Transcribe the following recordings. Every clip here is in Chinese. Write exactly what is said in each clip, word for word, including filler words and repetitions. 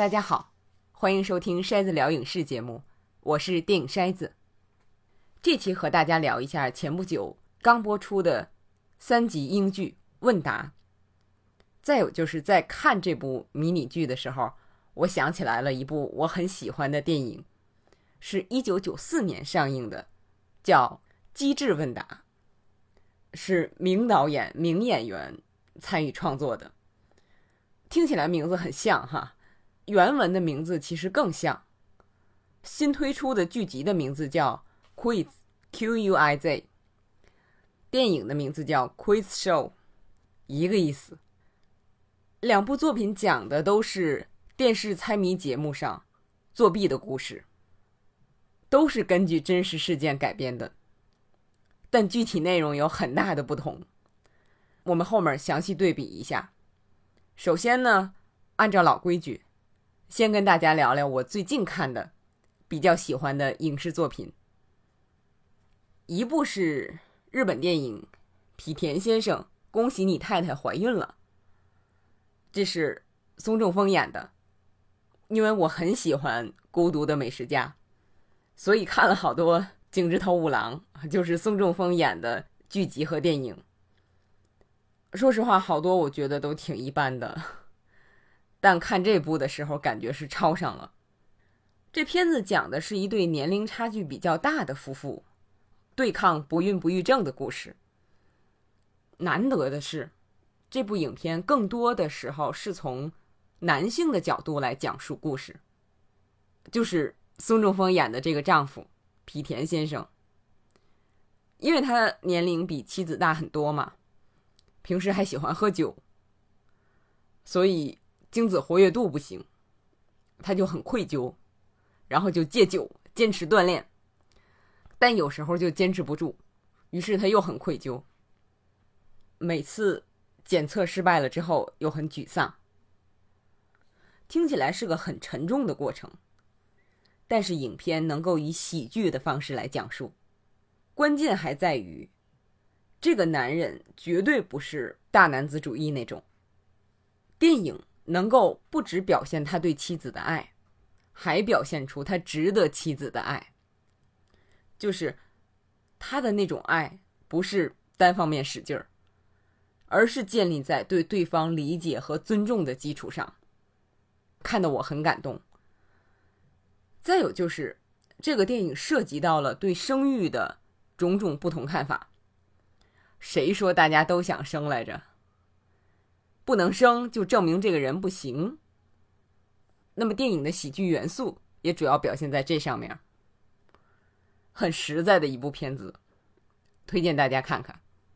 大家好，欢迎收听筛子聊影视节目，我是电影筛子。这期和大家聊一下前不久刚播出的三集英剧《问答》。再有就是在看这部迷你剧的时候，我想起来了一部我很喜欢的电影，是一九九四年上映的，叫《机智问答》，是名导演、名演员参与创作的。听起来名字很像哈，原文的名字其实更像。新推出的剧集的名字叫 Quiz Q U I Z， 电影的名字叫 Quiz Show， 一个意思。两部作品讲的都是电视猜谜节目上作弊的故事，都是根据真实事件改编的，但具体内容有很大的不同。我们后面详细对比一下。首先呢，按照老规矩，先跟大家聊聊我最近看的比较喜欢的影视作品。一部是日本电影《痞田先生，恭喜你太太怀孕了》，这是松正枫演的。因为我很喜欢《孤独的美食家》，所以看了好多井之头五郎，就是松正枫演的剧集和电影。说实话，好多我觉得都挺一般的，但看这部的时候感觉是超上了。这片子讲的是一对年龄差距比较大的夫妇对抗不孕不育症的故事。难得的是，这部影片更多的时候是从男性的角度来讲述故事，就是松正枫演的这个丈夫痞田先生。因为他年龄比妻子大很多嘛，平时还喜欢喝酒，所以精子活跃度不行，他就很愧疚，然后就戒酒，坚持锻炼，但有时候就坚持不住，于是他又很愧疚，每次检测失败了之后又很沮丧。听起来是个很沉重的过程，但是影片能够以喜剧的方式来讲述，关键还在于这个男人绝对不是大男子主义那种。电影能够不只表现他对妻子的爱，还表现出他值得妻子的爱，就是他的那种爱不是单方面使劲儿，而是建立在对对方理解和尊重的基础上，看得我很感动。再有就是这个电影涉及到了对生育的种种不同看法。谁说大家都想生来着？不能生就证明这个人不行。那么电影的喜剧元素也主要表现在这上面，很实在的一部片子，推荐大家看看。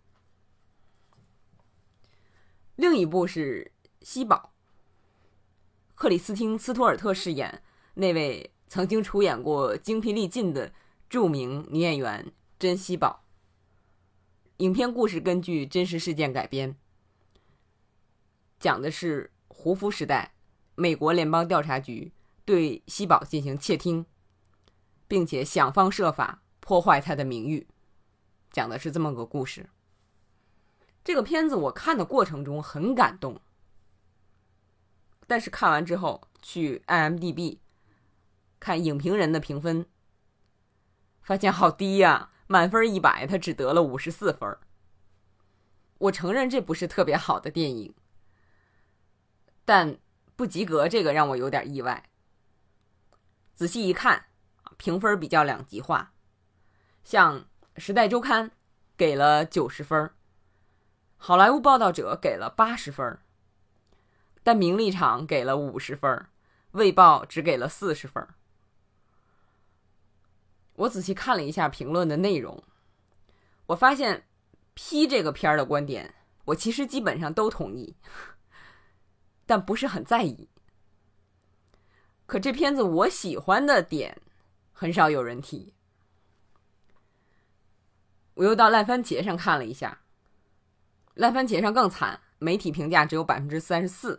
另一部是西宝，克里斯汀·斯图尔特饰演那位曾经出演过《精疲力尽》的著名女演员珍西宝。影片故事根据真实事件改编，讲的是胡夫时代美国联邦调查局对西宝进行窃听，并且想方设法破坏他的名誉，讲的是这么个故事。这个片子我看的过程中很感动，但是看完之后去 I M D B 看影评人的评分，发现好低呀、啊，满分一百，他只得了五十四分。我承认这不是特别好的电影，但不及格这个让我有点意外。仔细一看，评分比较两极化，像时代周刊给了九十分，好莱坞报道者给了八十分，但名利场给了五十分，卫报只给了四十分。我仔细看了一下评论的内容，我发现批这个片的观点我其实基本上都同意，但不是很在意。可这片子我喜欢的点很少有人提。我又到烂番茄上看了一下，烂番茄上更惨，媒体评价只有 百分之三十四。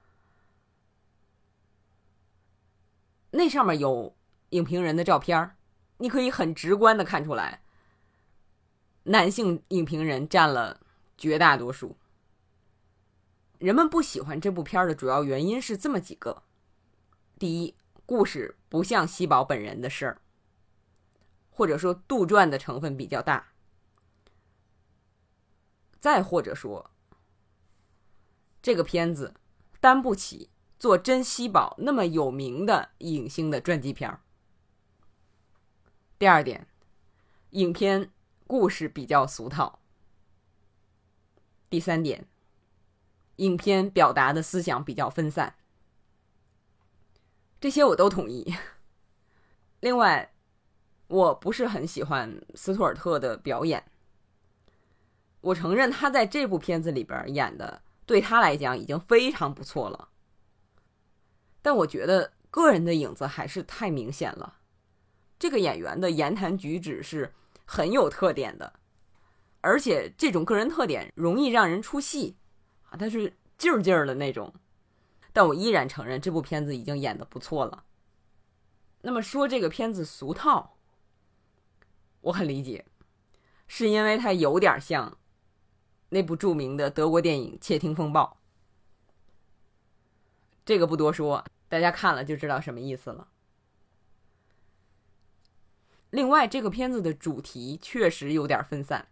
那上面有影评人的照片，你可以很直观的看出来，男性影评人占了绝大多数。人们不喜欢这部片的主要原因是这么几个。 第一，故事不像西宝本人的事儿，或者说杜撰的成分比较大。再或者说，这个片子担不起做真西宝那么有名的影星的传记片。第二点，影片故事比较俗套。第三点，影片表达的思想比较分散。这些我都同意。另外，我不是很喜欢斯图尔特的表演。我承认他在这部片子里边演的对他来讲已经非常不错了，但我觉得个人的影子还是太明显了。这个演员的言谈举止是很有特点的，而且这种个人特点容易让人出戏啊，他是劲儿劲儿的那种。但我依然承认这部片子已经演得不错了。那么说这个片子俗套，我很理解，是因为它有点像那部著名的德国电影《窃听风暴》。这个不多说，大家看了就知道什么意思了。另外，这个片子的主题确实有点分散，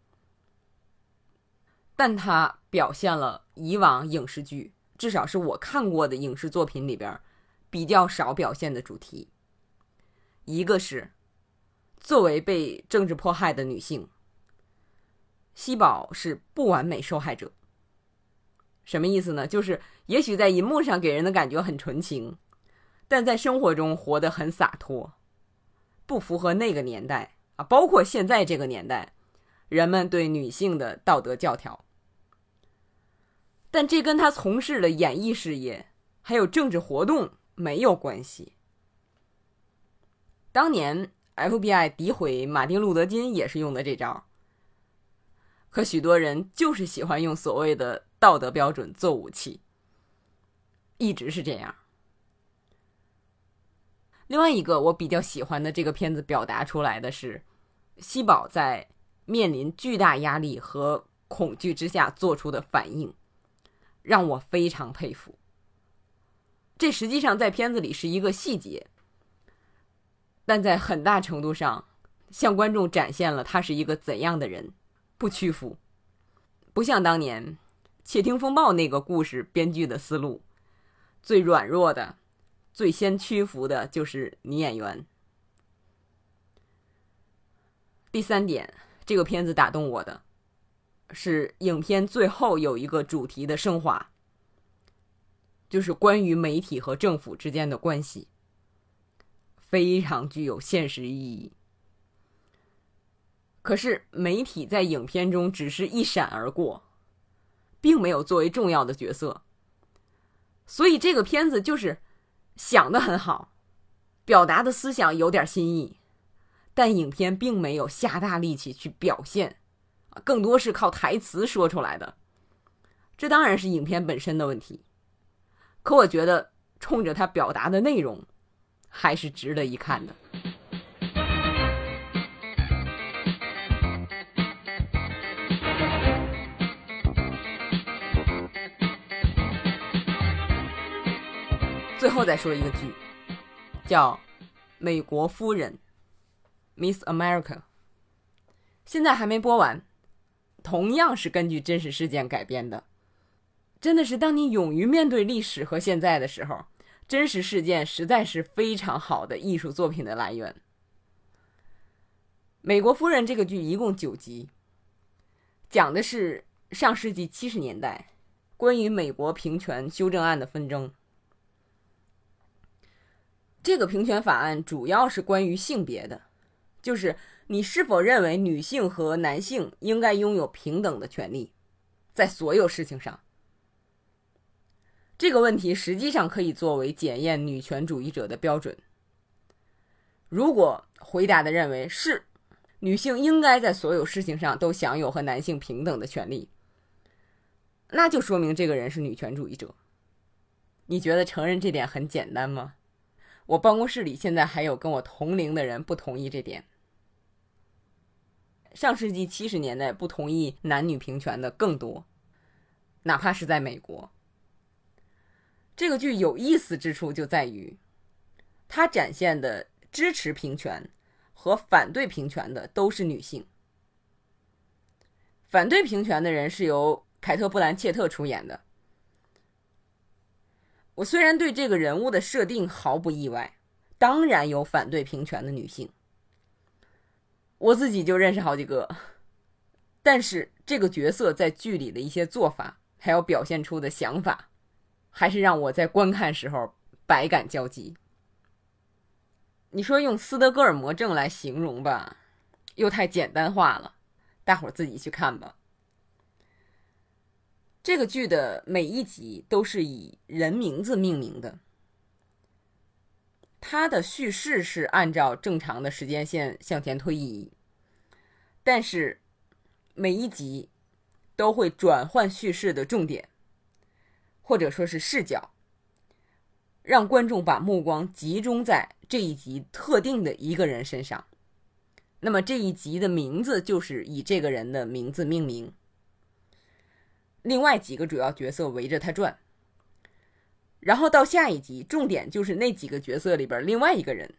但它表现了以往影视剧，至少是我看过的影视作品里边比较少表现的主题。一个是作为被政治迫害的女性，西宝是不完美受害者。什么意思呢？就是也许在银幕上给人的感觉很纯情，但在生活中活得很洒脱，不符合那个年代啊，包括现在这个年代人们对女性的道德教条。但这跟他从事的演艺事业还有政治活动没有关系。当年 F B I 诋毁马丁路德金也是用的这招，可许多人就是喜欢用所谓的道德标准做武器，一直是这样。另外一个我比较喜欢的这个片子表达出来的是，西宝在面临巨大压力和恐惧之下做出的反应，让我非常佩服。这实际上在片子里是一个细节，但在很大程度上向观众展现了他是一个怎样的人，不屈服。不像当年《窃听风暴》那个故事编剧的思路，最软弱的最先屈服的就是女演员。第三点，这个片子打动我的是影片最后有一个主题的升华，就是关于媒体和政府之间的关系，非常具有现实意义。可是媒体在影片中只是一闪而过，并没有作为重要的角色。所以这个片子就是想得很好，表达的思想有点新意，但影片并没有下大力气去表现，更多是靠台词说出来的。这当然是影片本身的问题，可我觉得冲着它表达的内容还是值得一看的。最后再说一个剧，叫《美国夫人》 Miss America， 现在还没播完，同样是根据真实事件改编的。真的是当你勇于面对历史和现在的时候，真实事件实在是非常好的艺术作品的来源。美国夫人这个剧一共九集，讲的是上世纪七十年代关于美国平权修正案的纷争。这个平权法案主要是关于性别的，就是你是否认为女性和男性应该拥有平等的权利，在所有事情上。这个问题实际上可以作为检验女权主义者的标准。如果回答的认为是女性应该在所有事情上都享有和男性平等的权利，那就说明这个人是女权主义者。你觉得承认这点很简单吗？我办公室里现在还有跟我同龄的人不同意这点。上世纪七十年代不同意男女平权的更多，哪怕是在美国。 这个剧有意思之处就在于，它展现的支持平权和反对平权的都是女性。反对平权的人是由凯特·布兰切特出演的。我虽然对这个人物的设定毫不意外，当然有反对平权的女性，我自己就认识好几个，但是这个角色在剧里的一些做法还有表现出的想法，还是让我在观看时候百感交集。你说用斯德哥尔摩症来形容吧，又太简单化了，大伙儿自己去看吧。这个剧的每一集都是以人名字命名的，它的叙事是按照正常的时间线向前推移，但是每一集都会转换叙事的重点，或者说是视角，让观众把目光集中在这一集特定的一个人身上。那么这一集的名字就是以这个人的名字命名，另外几个主要角色围着他转，然后到下一集重点就是那几个角色里边另外一个人。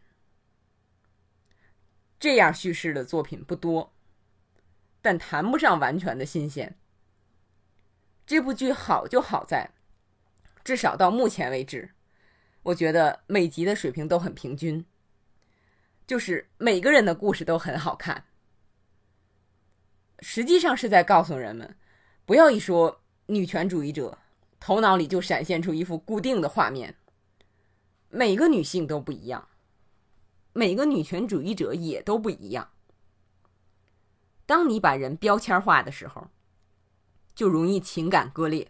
这样叙事的作品不多，但谈不上完全的新鲜。这部剧好就好在，至少到目前为止，我觉得每集的水平都很平均，就是每个人的故事都很好看。实际上是在告诉人们，不要一说女权主义者，头脑里就闪现出一幅固定的画面。每个女性都不一样，每个女权主义者也都不一样。当你把人标签化的时候，就容易情感割裂。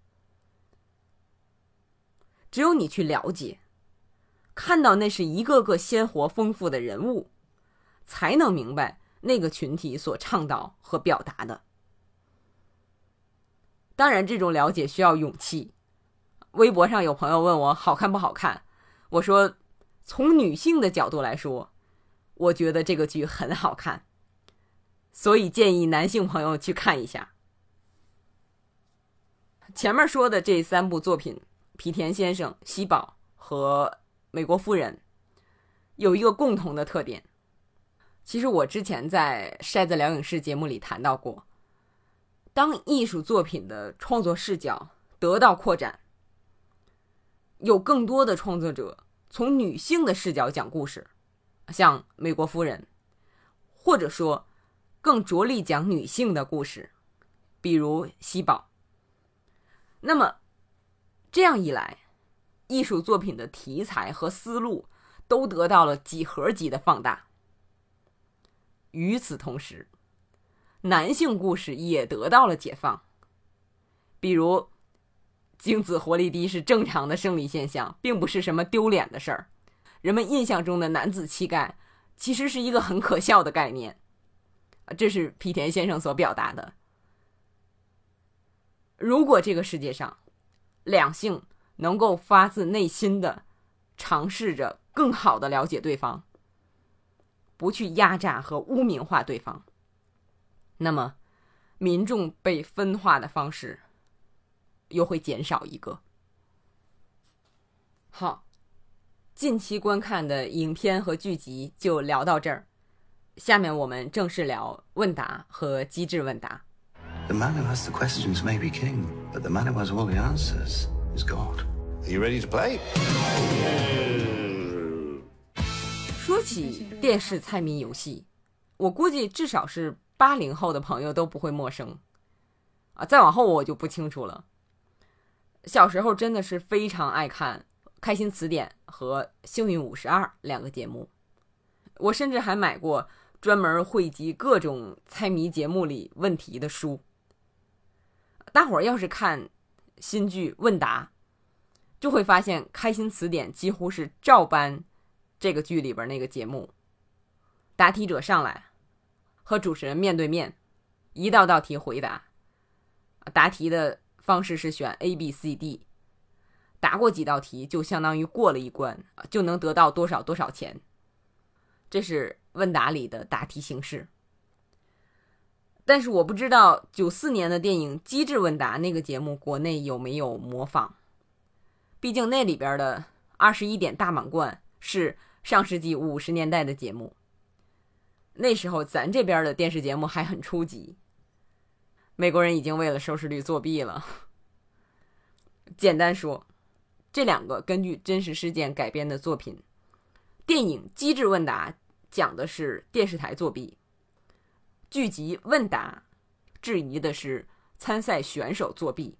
只有你去了解，看到那是一个个鲜活丰富的人物，才能明白那个群体所倡导和表达的。当然这种了解需要勇气。微博上有朋友问我好看不好看，我说从女性的角度来说，我觉得这个剧很好看，所以建议男性朋友去看一下。前面说的这三部作品，皮田先生、西宝和美国夫人，有一个共同的特点。其实我之前在筛子聊影视节目里谈到过，当艺术作品的创作视角得到扩展，有更多的创作者从女性的视角讲故事，像美国夫人，或者说更着力讲女性的故事，比如西宝。那么这样一来，艺术作品的题材和思路都得到了几何级的放大。与此同时，男性故事也得到了解放。比如精子活力低是正常的生理现象，并不是什么丢脸的事儿。人们印象中的男子气概其实是一个很可笑的概念，这是皮田先生所表达的。如果这个世界上两性能够发自内心的尝试着更好的了解对方，不去压榨和污名化对方，那么民众被分化的方式又会减少一个。好，近期观看的影片和剧集就聊到这儿，下面我们正式聊问答和机智问答。 The man who asks the questions may be king, but the man who has all the answers is God. Are you ready to play? 说起电视猜谜游戏，我估计至少是八零后的朋友都不会陌生啊，再往后我就不清楚了。小时候真的是非常爱看开心词典和幸运五十二两个节目，我甚至还买过专门汇集各种猜谜节目里问题的书。大伙儿要是看新剧问答，就会发现开心词典几乎是照搬这个剧里边那个节目，答题者上来和主持人面对面，一道道题回答，答题的方式是选 A B C D， 答过几道题就相当于过了一关，就能得到多少多少钱。这是问答里的答题形式。但是我不知道九四年的电影《机智问答》那个节目国内有没有模仿。 毕竟那里边的二十一点大满贯是上世纪五十年代的节目，那时候咱这边的电视节目还很初级，美国人已经为了收视率作弊了。简单说，这两个根据真实事件改编的作品，电影《机智问答》讲的是电视台作弊，剧集《问答》质疑的是参赛选手作弊。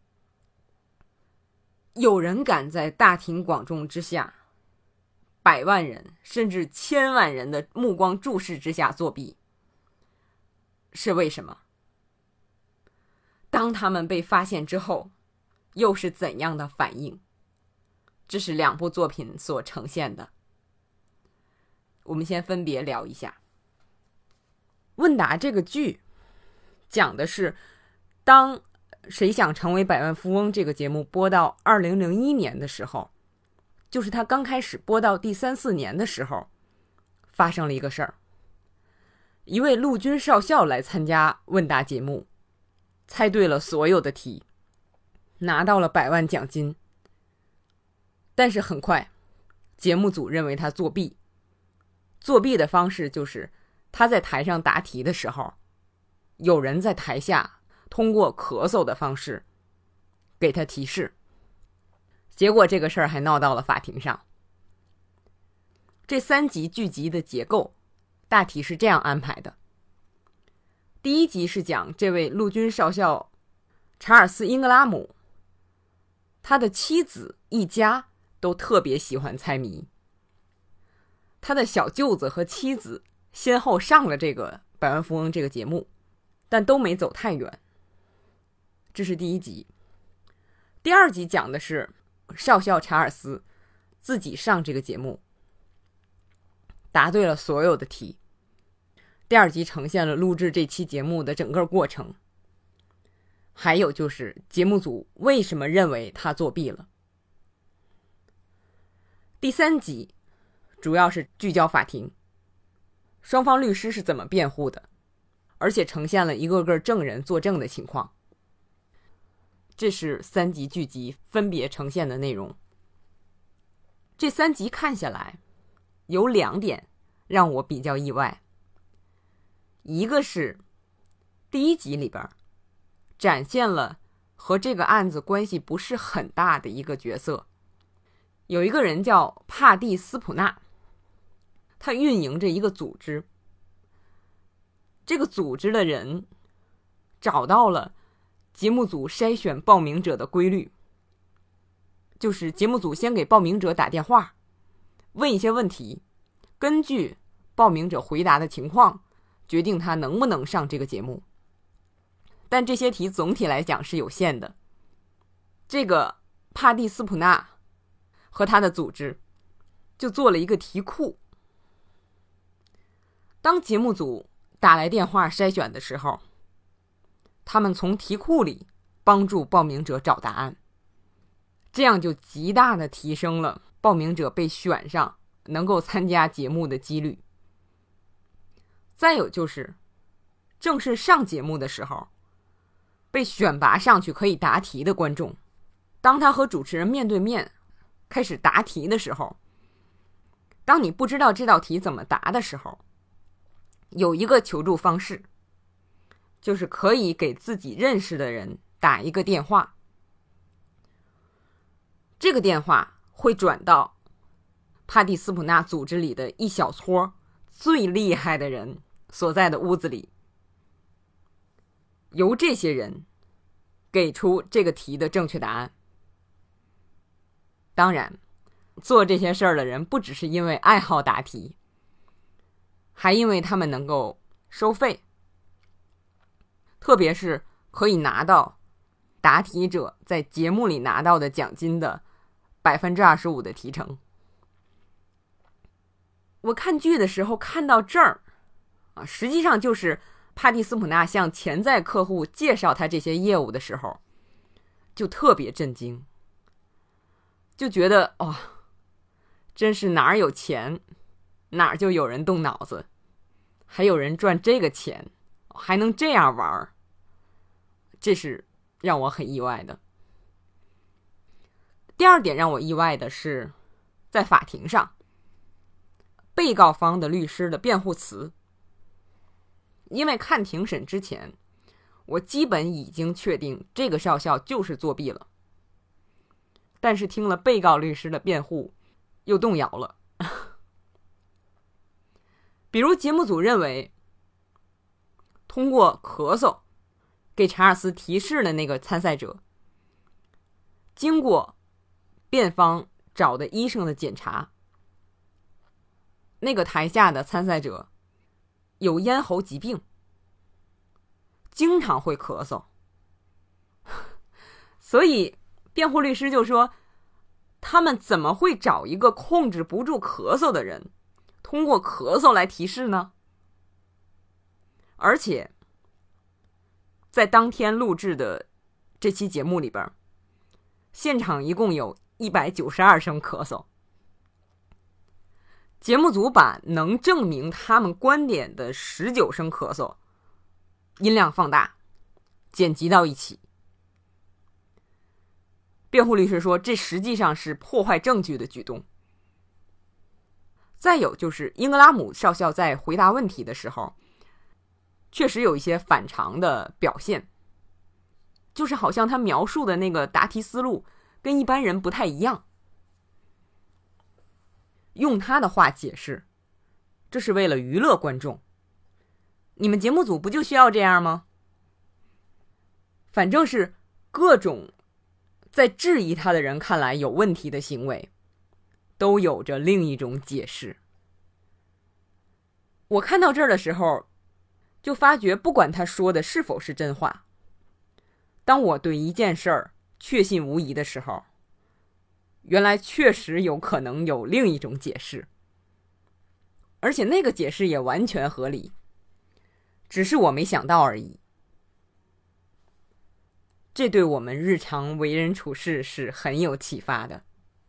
有人敢在大庭广众之下，百万人甚至千万人的目光注视之下作弊，是为什么？当他们被发现之后，又是怎样的反应？这是两部作品所呈现的。我们先分别聊一下。问答这个剧讲的是，当谁想成为百万富翁这个节目播到二零零一年的时候，就是他刚开始播到第三四年的时候，发生了一个事儿。一位陆军少校来参加问答节目，猜对了所有的题，拿到了百万奖金。但是很快，节目组认为他作弊。作弊的方式就是他在台上答题的时候，有人在台下通过咳嗽的方式给他提示。结果这个事儿还闹到了法庭上。这三集剧集的结构大体是这样安排的。第一集是讲这位陆军少校查尔斯·英格拉姆，他的妻子一家都特别喜欢猜谜。他的小舅子和妻子先后上了这个百万富翁这个节目，但都没走太远。这是第一集。第二集讲的是少校查尔斯自己上这个节目，答对了所有的题。第二集呈现了录制这期节目的整个过程，还有就是节目组为什么认为他作弊了。第三集主要是聚焦法庭，双方律师是怎么辩护的，而且呈现了一个个证人作证的情况。这是三集剧集分别呈现的内容。这三集看下来，有两点让我比较意外。一个是第一集里边展现了和这个案子关系不是很大的一个角色，有一个人叫帕蒂斯普纳，他运营着一个组织。这个组织的人找到了节目组筛选报名者的规律，就是节目组先给报名者打电话，问一些问题，根据报名者回答的情况决定他能不能上这个节目。但这些题总体来讲是有限的。这个帕蒂斯普纳和他的组织就做了一个题库，当节目组打来电话筛选的时候，他们从题库里帮助报名者找答案，这样就极大的提升了报名者被选上能够参加节目的几率。再有就是正式上节目的时候，被选拔上去可以答题的观众，当他和主持人面对面开始答题的时候，当你不知道这道题怎么答的时候，有一个求助方式，就是可以给自己认识的人打一个电话。这个电话会转到帕蒂斯普纳组织里的一小撮最厉害的人所在的屋子里，由这些人给出这个题的正确答案。当然，做这些事儿的人不只是因为爱好答题，还因为他们能够收费，特别是可以拿到答题者在节目里拿到的奖金的百分之二十五的提成。我看剧的时候看到这儿啊，实际上就是帕蒂斯普纳向潜在客户介绍他这些业务的时候，就特别震惊，就觉得哦，真是哪儿有钱哪儿就有人动脑子，还有人赚这个钱，还能这样玩，这是让我很意外的。 第二点让我意外的是，在法庭上，被告方的律师的辩护词。因为看庭审之前，我基本已经确定这个少校就是作弊了，但是听了被告律师的辩护，又动摇了。比如节目组认为，通过咳嗽给查尔斯提示的那个参赛者，经过辩方找的医生的检查，那个台下的参赛者有咽喉疾病，经常会咳嗽。所以辩护律师就说，他们怎么会找一个控制不住咳嗽的人，通过咳嗽来提示呢？而且在当天录制的这期节目里边，现场一共有一百九十二声咳嗽。节目组把能证明他们观点的十九声咳嗽音量放大，剪辑到一起。辩护律师说，这实际上是破坏证据的举动。再有就是英格拉姆少校在回答问题的时候，确实有一些反常的表现，就是好像他描述的那个答题思路跟一般人不太一样。用他的话解释，这是为了娱乐观众。你们节目组不就需要这样吗？反正是各种在质疑他的人看来有问题的行为，都有着另一种解释。我看到这儿的时候，就发觉不管他说的是否是真话，当我对一件事儿确信无疑的时候，原来确实有可能有另一种解释，而且那个解释也完全合理，只是我没想到而已。这对我们日常为人处事是很有启发的。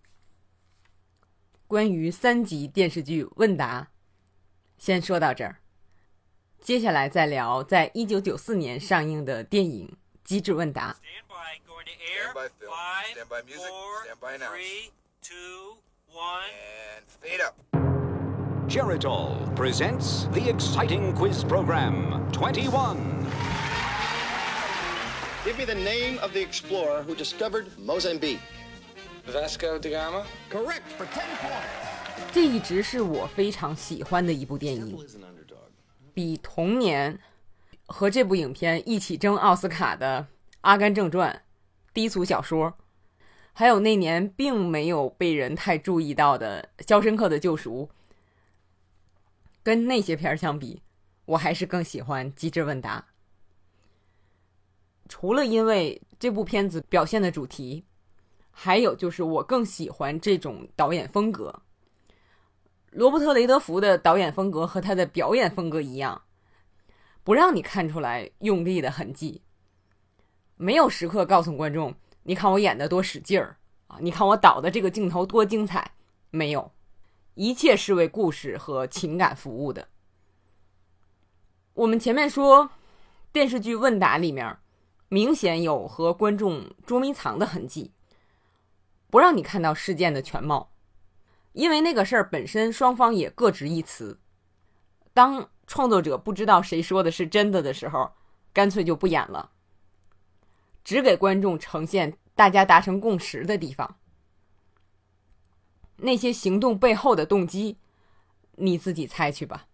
关于三集电视剧问答，先说到这儿，接下来再聊在一九九四年上映的电影《机智问答》。 Stand by, film. Stand by music. Stand by now. Three, two, one. And fade up. Geritol presents the exciting quiz program, twenty-one. Give me the name of the explorer who discovered Mozambique. Vasco da Gama? Correct for ten points. 这一直是我非常喜欢的一部电影，比同年和这部影片一起争奥斯卡的《阿甘正传》、低俗小说，还有那年并没有被人太注意到的《肖申克的救赎》，跟那些片相比，我还是更喜欢《机智问答》。除了因为这部片子表现的主题，还有就是我更喜欢这种导演风格。罗伯特·雷德福的导演风格和他的表演风格一样，不让你看出来用力的痕迹，没有时刻告诉观众你看我演的多使劲儿啊，你看我导的这个镜头多精彩，没有，一切是为故事和情感服务的。我们前面说电视剧问答里面明显有和观众捉迷藏的痕迹，不让你看到事件的全貌，因为那个事儿本身双方也各执一词，当创作者不知道谁说的是真的的时候，干脆就不演了，只给观众呈现大家达成共识的地方。那些行动背后的动机，你自己猜去吧。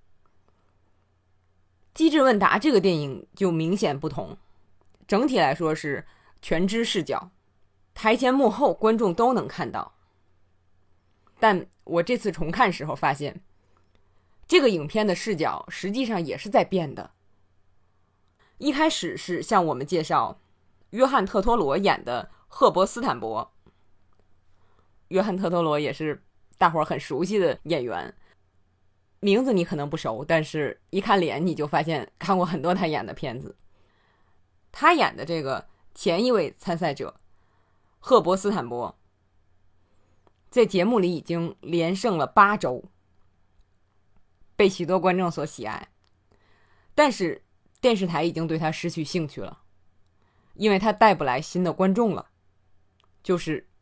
机智问答这个电影就明显不同，整体来说是全知视角，台前幕后观众都能看到。但我这次重看时候发现，这个影片的视角实际上也是在变的。一开始是向我们介绍约翰·特托罗演的赫伯斯坦伯，约翰·特托罗也是大伙儿很熟悉的演员，名字你可能不熟，但是一看脸你就发现看过很多他演的片子。他演的这个前一位参赛者赫伯斯坦伯，在节目里已经连胜了八周，被许多观众所喜爱，但是电视台已经对他失去兴趣了，因为他带不来新的观众了，就是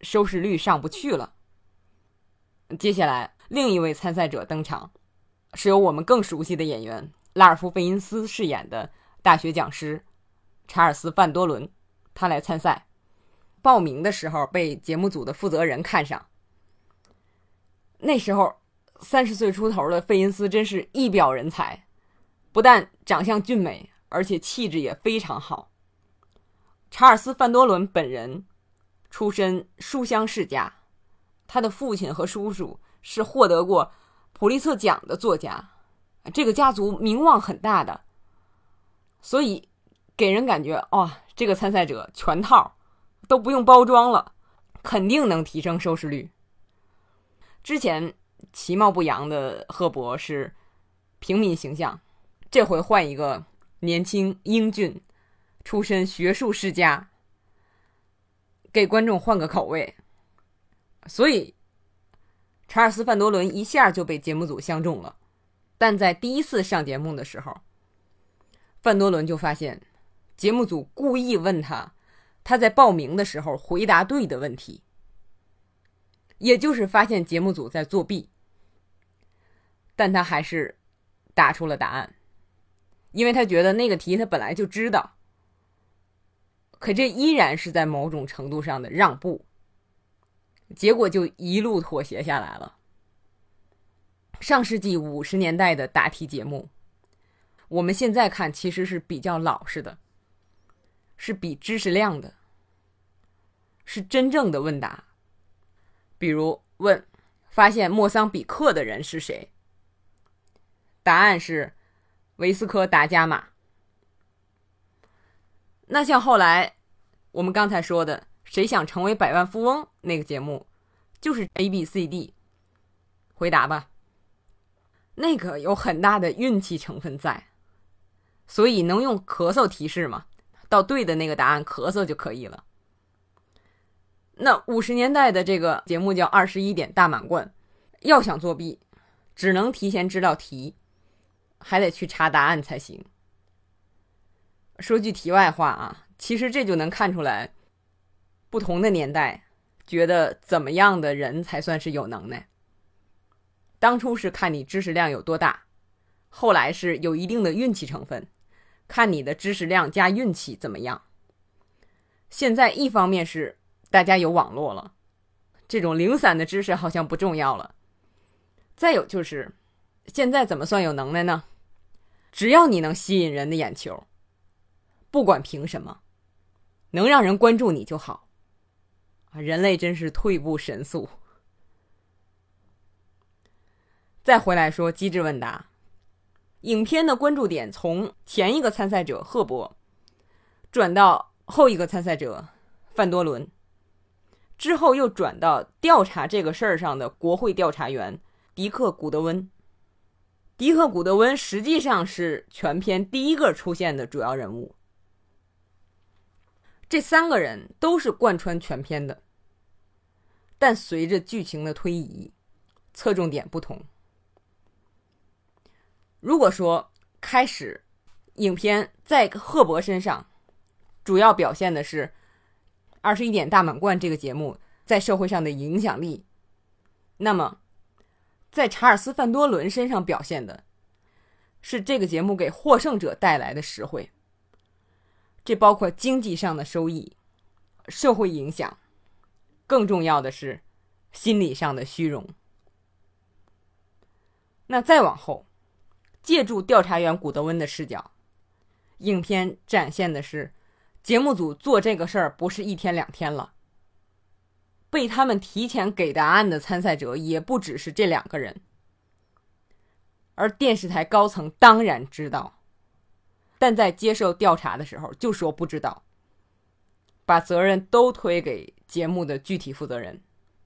收视率上不去了。接下来另一位参赛者登场，是由我们更熟悉的演员拉尔夫·费因斯饰演的大学讲师查尔斯·范多伦，他来参赛。报名的时候被节目组的负责人看上，那时候三十岁出头的费因斯真是一表人才，不但长相俊美，而且气质也非常好。查尔斯·范多伦本人出身书香世家，他的父亲和叔叔是获得过普利策奖的作家，这个家族名望很大的，所以给人感觉哦，这个参赛者全套都不用包装了，肯定能提升收视率。之前其貌不扬的赫伯是平民形象，这回换一个年轻英俊，出身学术世家，给观众换个口味。所以查尔斯·范多伦一下就被节目组相中了。但在第一次上节目的时候，范多伦就发现节目组故意问他他在报名的时候回答对的问题，也就是发现节目组在作弊。但他还是答出了答案，因为他觉得那个题他本来就知道。可这依然是在某种程度上的让步，结果就一路妥协下来了。上世纪五十年代的答题节目，我们现在看其实是比较老实的，是比知识量的，是真正的问答。比如问发现莫桑比克的人是谁，答案是维斯科达伽马。那像后来我们刚才说的谁想成为百万富翁那个节目，就是 A B C D 回答吧，那个有很大的运气成分在，所以能用咳嗽提示吗？到对的那个答案咳嗽就可以了。那五十年代的这个节目叫二十一点大满贯，要想作弊只能提前知道题，还得去查答案才行。说句题外话啊，其实这就能看出来不同的年代觉得怎么样的人才算是有能耐。当初是看你知识量有多大，后来是有一定的运气成分，看你的知识量加运气怎么样。现在一方面是大家有网络了，这种零散的知识好像不重要了。再有就是现在怎么算有能耐呢？只要你能吸引人的眼球，不管凭什么，能让人关注你就好。人类真是退步神速。再回来说机智问答，影片的关注点从前一个参赛者赫伯转到后一个参赛者范多伦，之后又转到调查这个事儿上的国会调查员迪克·古德温。迪克·古德温实际上是全片第一个出现的主要人物。这三个人都是贯穿全片的，但随着剧情的推移，侧重点不同。如果说开始影片在赫伯身上主要表现的是二十一点大满贯这个节目在社会上的影响力，那么在查尔斯·范多伦身上表现的是这个节目给获胜者带来的实惠。这包括经济上的收益、社会影响，更重要的是心理上的虚荣。那再往后，借助调查员古德温的视角，影片展现的是节目组做这个事儿不是一天两天了，被他们提前给答案的参赛者也不只是这两个人，而电视台高层当然知道，但在接受调查的时候就说不知道，把责任都推给节目的具体负责人。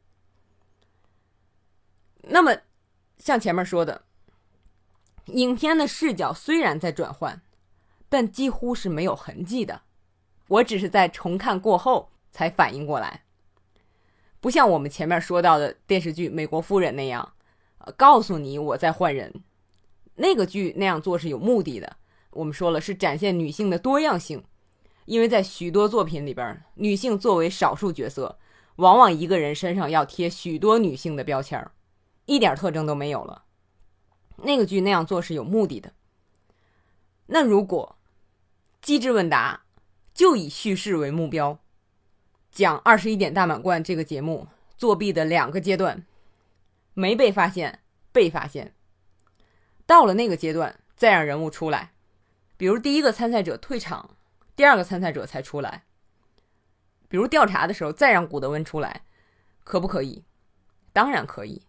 那么像前面说的，影片的视角虽然在转换，但几乎是没有痕迹的，我只是在重看过后才反应过来。不像我们前面说到的电视剧《美国夫人》那样、呃、告诉你我在换人，那个剧那样做是有目的的，我们说了是展现女性的多样性，因为在许多作品里边，女性作为少数角色往往一个人身上要贴许多女性的标签，一点特征都没有了。那个剧那样做是有目的的。那如果机智问答就以叙事为目标，讲二十一点大满贯这个节目作弊的两个阶段，没被发现，被发现，到了那个阶段再让人物出来，比如第一个参赛者退场，第二个参赛者才出来，比如调查的时候再让古德温出来，可不可以？当然可以，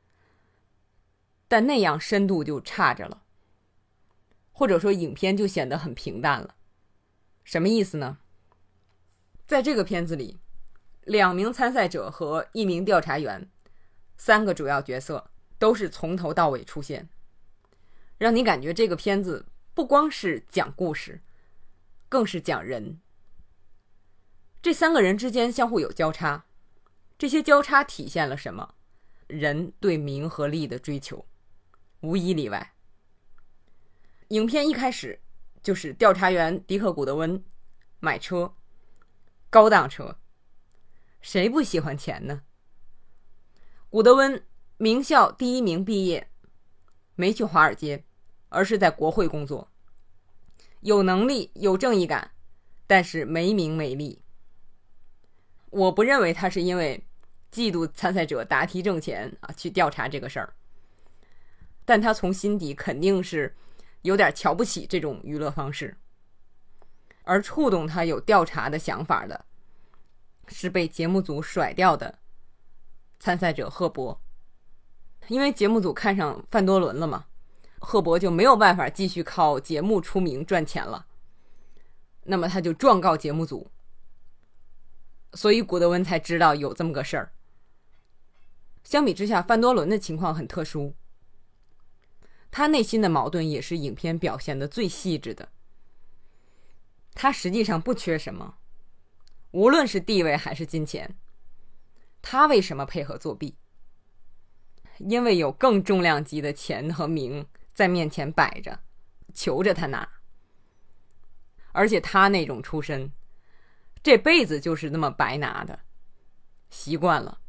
但那样深度就差着了，或者说影片就显得很平淡了。什么意思呢？在这个片子里，两名参赛者和一名调查员，三个主要角色都是从头到尾出现，让你感觉这个片子不光是讲故事，更是讲人。这三个人之间相互有交叉，这些交叉体现了什么？人对名和利的追求，无一例外。影片一开始就是调查员迪克·古德温买车，高档车，谁不喜欢钱呢？古德温名校第一名毕业，没去华尔街，而是在国会工作，有能力有正义感，但是没名没利。我不认为他是因为嫉妒参赛者答题挣钱啊去调查这个事儿，但他从心底肯定是有点瞧不起这种娱乐方式。而触动他有调查的想法的是被节目组甩掉的参赛者赫伯，因为节目组看上范多伦了嘛，赫伯就没有办法继续靠节目出名赚钱了，那么他就状告节目组，所以古德温才知道有这么个事儿。相比之下，范多伦的情况很特殊，他内心的矛盾也是影片表现的最细致的。他实际上不缺什么，无论是地位还是金钱，他为什么配合作弊？因为有更重量级的钱和名在面前摆着，求着他拿。而且他那种出身，这辈子就是那么白拿的，习惯了。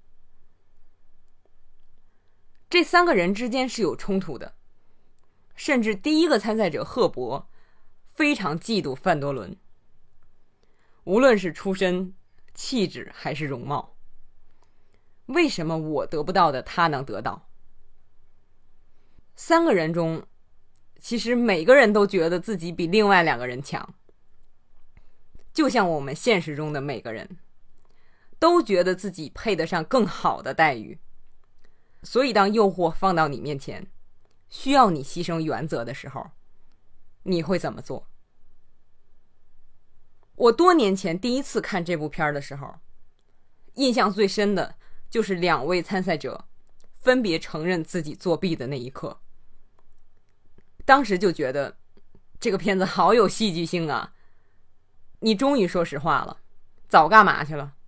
这三个人之间是有冲突的，甚至第一个参赛者赫伯非常嫉妒范多伦，无论是出身、气质还是容貌。为什么我得不到的他能得到？三个人中，其实每个人都觉得自己比另外两个人强，就像我们现实中的每个人都觉得自己配得上更好的待遇。所以当诱惑放到你面前，需要你牺牲原则的时候，你会怎么做？我多年前第一次看这部片的时候，印象最深的就是两位参赛者分别承认自己作弊的那一刻。当时就觉得这个片子好有戏剧性啊，你终于说实话了，早干嘛去了？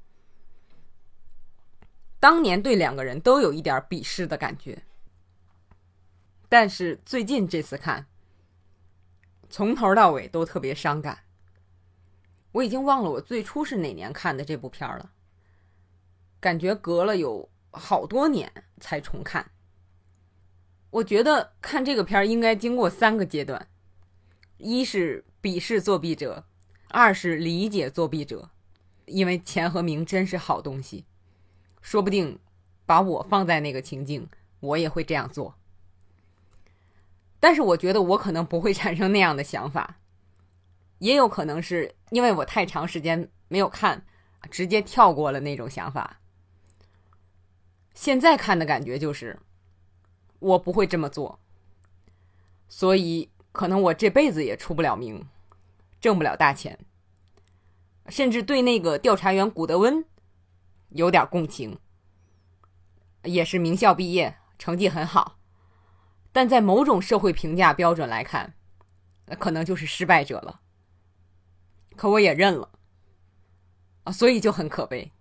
当年对两个人都有一点鄙视的感觉，但是最近这次看，从头到尾都特别伤感。我已经忘了我最初是哪年看的这部片了，感觉隔了有好多年才重看。我觉得看这个片应该经过三个阶段，一是鄙视作弊者，二是理解作弊者，因为钱和名真是好东西，说不定把我放在那个情境，我也会这样做。但是我觉得我可能不会产生那样的想法，也有可能是因为我太长时间没有看，直接跳过了那种想法。现在看的感觉就是我不会这么做，所以可能我这辈子也出不了名，挣不了大钱，甚至对那个调查员古德温有点共情，也是名校毕业，成绩很好，但在某种社会评价标准来看，可能就是失败者了。可我也认了啊，所以就很可悲。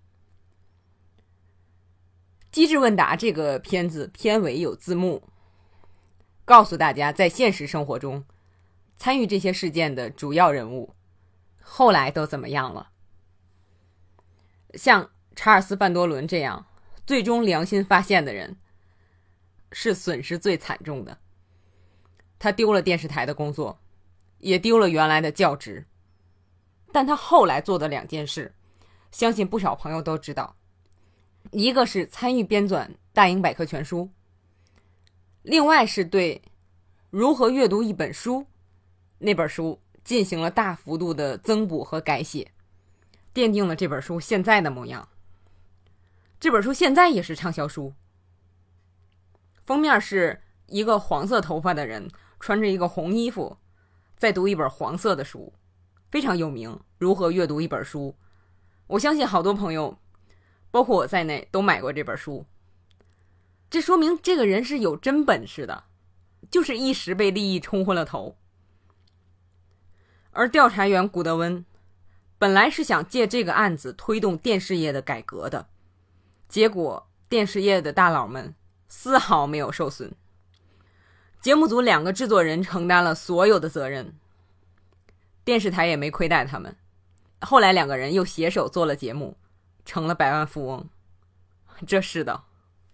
机智问答这个片子片尾有字幕，告诉大家在现实生活中参与这些事件的主要人物后来都怎么样了。像查尔斯·范多伦这样最终良心发现的人是损失最惨重的。他丢了电视台的工作，也丢了原来的教职。但他后来做的两件事，相信不少朋友都知道。一个是参与编纂大英百科全书，另外是对如何阅读一本书那本书进行了大幅度的增补和改写，奠定了这本书现在的模样。这本书现在也是畅销书，封面是一个黄色头发的人穿着一个红衣服在读一本黄色的书，非常有名。如何阅读一本书，我相信好多朋友包括我在内都买过这本书。这说明这个人是有真本事的，就是一时被利益冲昏了头。而调查员古德温本来是想借这个案子推动电视业的改革的，结果电视业的大佬们丝毫没有受损。节目组两个制作人承担了所有的责任，电视台也没亏待他们。后来两个人又携手做了节目，成了百万富翁。这是的。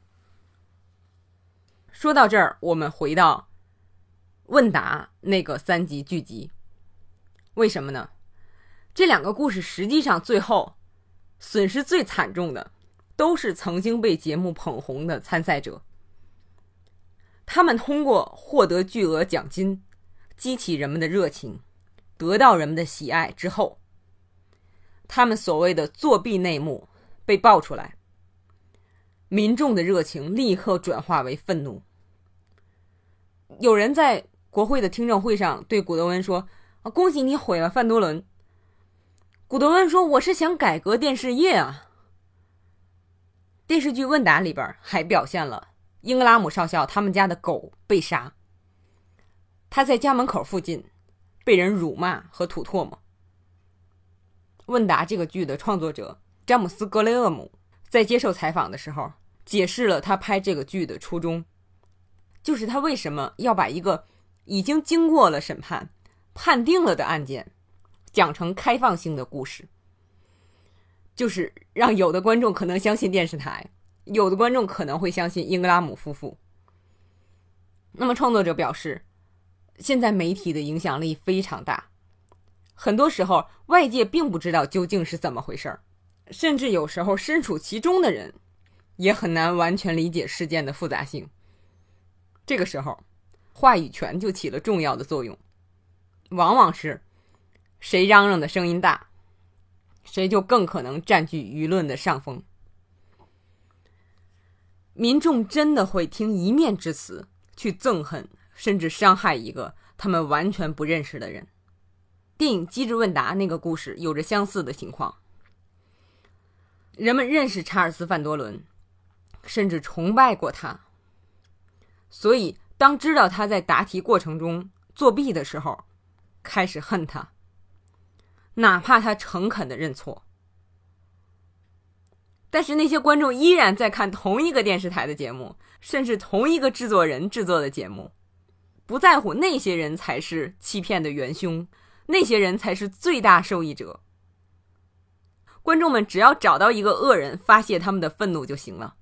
说到这儿，我们回到问答那个三集剧集。为什么呢？这两个故事实际上最后损失最惨重的都是曾经被节目捧红的参赛者。他们通过获得巨额奖金，激起人们的热情，得到人们的喜爱之后，他们所谓的作弊内幕被爆出来，民众的热情立刻转化为愤怒。有人在国会的听证会上对古德温说，啊，恭喜你毁了范多伦。古德温说，我是想改革电视业啊。电视剧问答里边还表现了英格拉姆少校他们家的狗被杀，他在家门口附近被人辱骂和吐唾沫。问答这个剧的创作者詹姆斯·格雷厄姆在接受采访的时候解释了他拍这个剧的初衷，就是他为什么要把一个已经经过了审判判定了的案件讲成开放性的故事，就是让有的观众可能相信电视台，有的观众可能会相信英格拉姆夫妇。那么创作者表示，现在媒体的影响力非常大，很多时候外界并不知道究竟是怎么回事，甚至有时候身处其中的人也很难完全理解事件的复杂性。这个时候话语权就起了重要的作用，往往是谁嚷嚷的声音大，谁就更可能占据舆论的上风。民众真的会听一面之词去憎恨甚至伤害一个他们完全不认识的人。电影《机智问答》那个故事有着相似的情况，人们认识查尔斯·范多伦，甚至崇拜过他，所以当知道他在答题过程中作弊的时候，开始恨他，哪怕他诚恳地认错。但是那些观众依然在看同一个电视台的节目，甚至同一个制作人制作的节目，不在乎那些人才是欺骗的元凶，那些人才是最大受益者。观众们只要找到一个恶人发泄他们的愤怒就行了。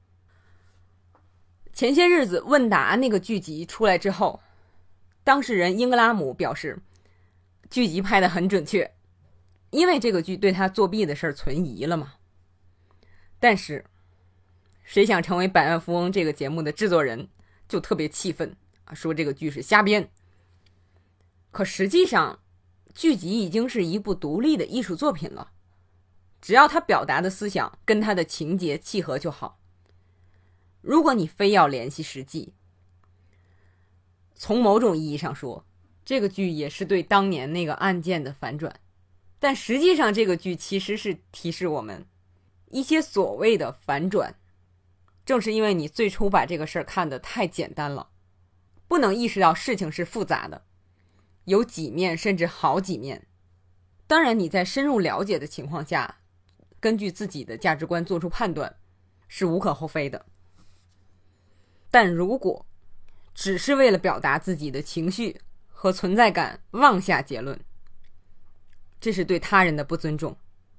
前些日子问答那个剧集出来之后，当事人英格拉姆表示剧集拍得很准确，因为这个剧对他作弊的事儿存疑了嘛。但是谁想成为百万富翁这个节目的制作人就特别气愤，说这个剧是瞎编。可实际上剧集已经是一部独立的艺术作品了，只要他表达的思想跟他的情节契合就好。如果你非要联系实际，从某种意义上说，这个剧也是对当年那个案件的反转。但实际上这个剧其实是提示我们一些所谓的反转，正是因为你最初把这个事儿看得太简单了，不能意识到事情是复杂的，有几面甚至好几面。当然你在深入了解的情况下，根据自己的价值观做出判断是无可厚非的。但如果只是为了表达自己的情绪和存在感妄下结论，这是对他人的不尊重，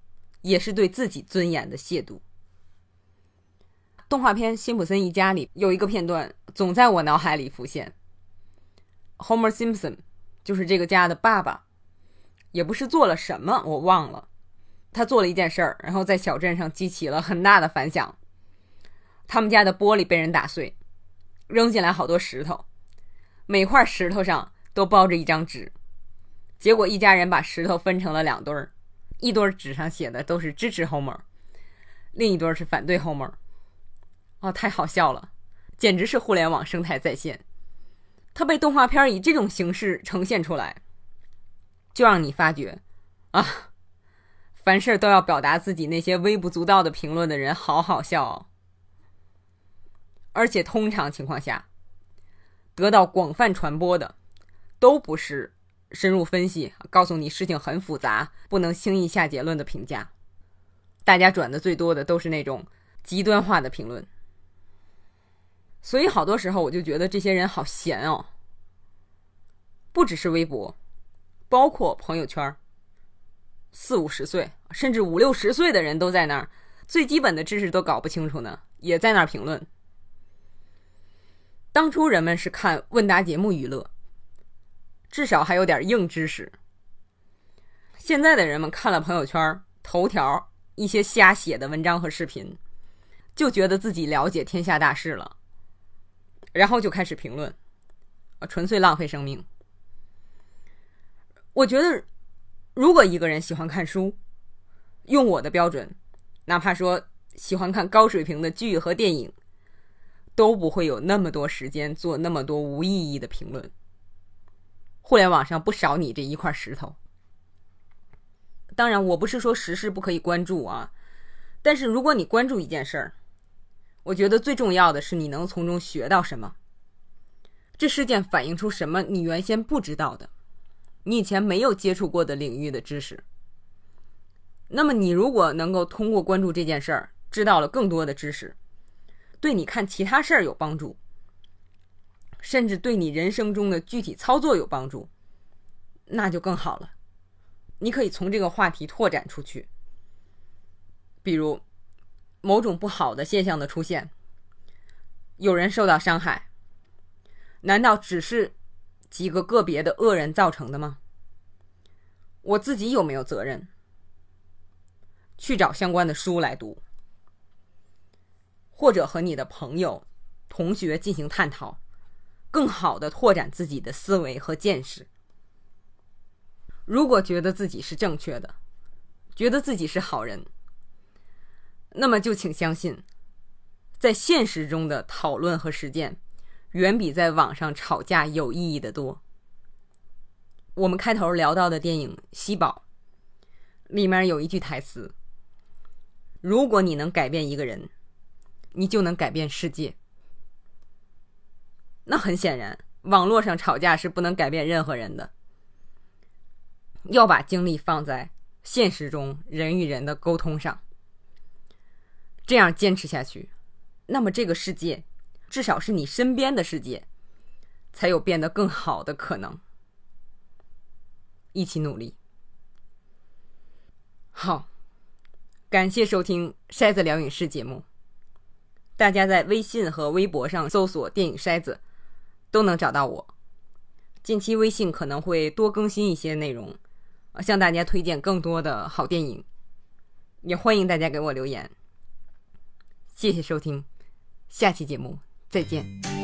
也是对自己尊严的亵渎。动画片《辛普森一家》里有一个片段总在我脑海里浮现， Homer Simpson 就是这个家的爸爸，也不是做了什么我忘了，他做了一件事儿，然后在小镇上激起了很大的反响。他们家的玻璃被人打碎，扔进来好多石头，每块石头上都包着一张纸，结果一家人把石头分成了两堆儿，一堆纸上写的都是支持 Homer， 另一堆是反对 Homer。 哦，太好笑了，简直是互联网生态再现。它被动画片以这种形式呈现出来，就让你发觉啊，凡事都要表达自己那些微不足道的评论的人好好笑哦。而且通常情况下，得到广泛传播的都不是深入分析，告诉你事情很复杂，不能轻易下结论的评价。大家转的最多的都是那种极端化的评论。所以好多时候我就觉得这些人好闲哦。不只是微博，包括朋友圈，四五十岁甚至五六十岁的人都在那儿，最基本的知识都搞不清楚呢，也在那儿评论。当初人们是看问答节目娱乐，至少还有点硬知识。现在的人们看了朋友圈、头条一些瞎写的文章和视频，就觉得自己了解天下大事了，然后就开始评论，纯粹浪费生命。我觉得如果一个人喜欢看书，用我的标准，哪怕说喜欢看高水平的剧和电影，都不会有那么多时间做那么多无意义的评论。互联网上不少你这一块石头。当然我不是说时事不可以关注啊，但是如果你关注一件事儿，我觉得最重要的是你能从中学到什么，这事件反映出什么你原先不知道的，你以前没有接触过的领域的知识。那么你如果能够通过关注这件事儿知道了更多的知识，对你看其他事儿有帮助，甚至对你人生中的具体操作有帮助，那就更好了。你可以从这个话题拓展出去，比如某种不好的现象的出现，有人受到伤害，难道只是几个个别的恶人造成的吗？我自己有没有责任？去找相关的书来读，或者和你的朋友、同学进行探讨，更好地拓展自己的思维和见识。如果觉得自己是正确的，觉得自己是好人，那么就请相信，在现实中的讨论和实践远比在网上吵架有意义的多。我们开头聊到的电影《西宝》里面有一句台词，如果你能改变一个人，你就能改变世界。那很显然，网络上吵架是不能改变任何人的，要把精力放在现实中人与人的沟通上。这样坚持下去，那么这个世界，至少是你身边的世界，才有变得更好的可能。一起努力。好，感谢收听筛子聊影视节目。大家在微信和微博上搜索电影筛子都能找到我。近期微信可能会多更新一些内容，向大家推荐更多的好电影，也欢迎大家给我留言。谢谢收听，下期节目再见。